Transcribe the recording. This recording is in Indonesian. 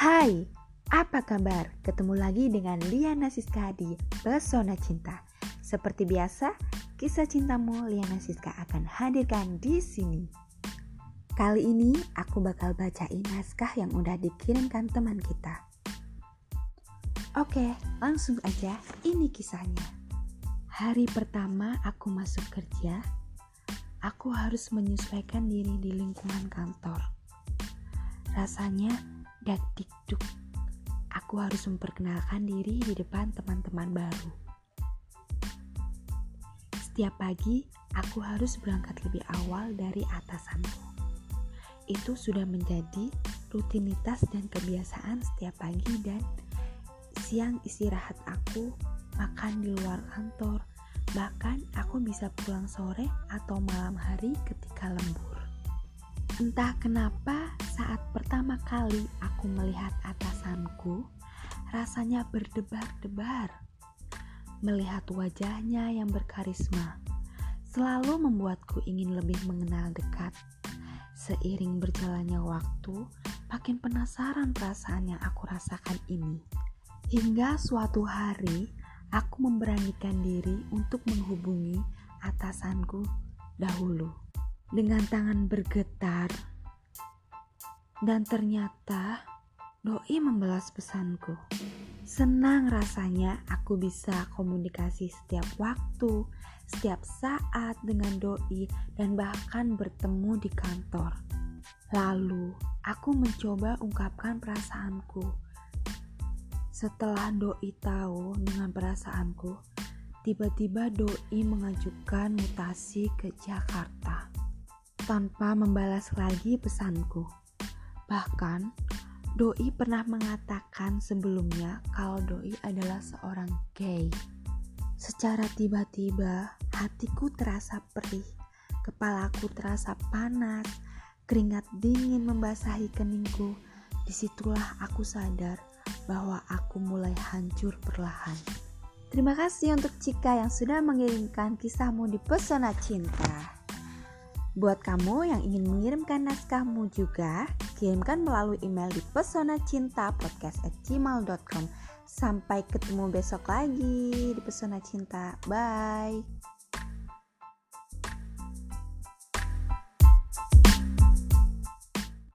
Hai, apa kabar? Ketemu lagi dengan Liana Siska di Pesona Cinta. Seperti biasa, kisah cintamu Liana Siska akan hadirkan di sini. Kali ini aku bakal bacain naskah yang udah dikirimkan teman kita. Oke, langsung aja, ini kisahnya. Hari pertama aku masuk kerja, aku harus menyesuaikan diri di lingkungan kantor. Rasanya dak-dikduk. Aku harus memperkenalkan diri di depan teman-teman baru. Setiap pagi, aku harus berangkat lebih awal dari atasanku. Itu sudah menjadi rutinitas dan kebiasaan setiap pagi dan siang istirahat aku, makan di luar kantor. Bahkan aku bisa pulang sore atau malam hari ketika lembur. Entah kenapa saat pertama kali aku melihat atasanku, rasanya berdebar-debar. Melihat wajahnya yang berkarisma, selalu membuatku ingin lebih mengenal dekat. Seiring berjalannya waktu, makin penasaran perasaan yang aku rasakan ini. Hingga suatu hari, aku memberanikan diri untuk menghubungi atasanku dahulu. Dengan tangan bergetar, dan ternyata doi membalas pesanku. Senang rasanya aku bisa komunikasi setiap waktu, setiap saat dengan doi dan bahkan bertemu di kantor. Lalu aku mencoba ungkapkan perasaanku. Setelah doi tahu dengan perasaanku, tiba-tiba doi mengajukan mutasi ke Jakarta tanpa membalas lagi pesanku. Bahkan, doi pernah mengatakan sebelumnya kalau doi adalah seorang gay. Secara tiba-tiba, hatiku terasa perih, kepalaku terasa panas, keringat dingin membasahi keningku. Disitulah aku sadar bahwa aku mulai hancur perlahan. Terima kasih untuk Cika yang sudah mengirimkan kisahmu di Pesona Cinta. Buat kamu yang ingin mengirimkan naskahmu juga, kirimkan melalui email di pesonacintapodcast@gmail.com. Sampai ketemu besok lagi di Pesona Cinta. Bye.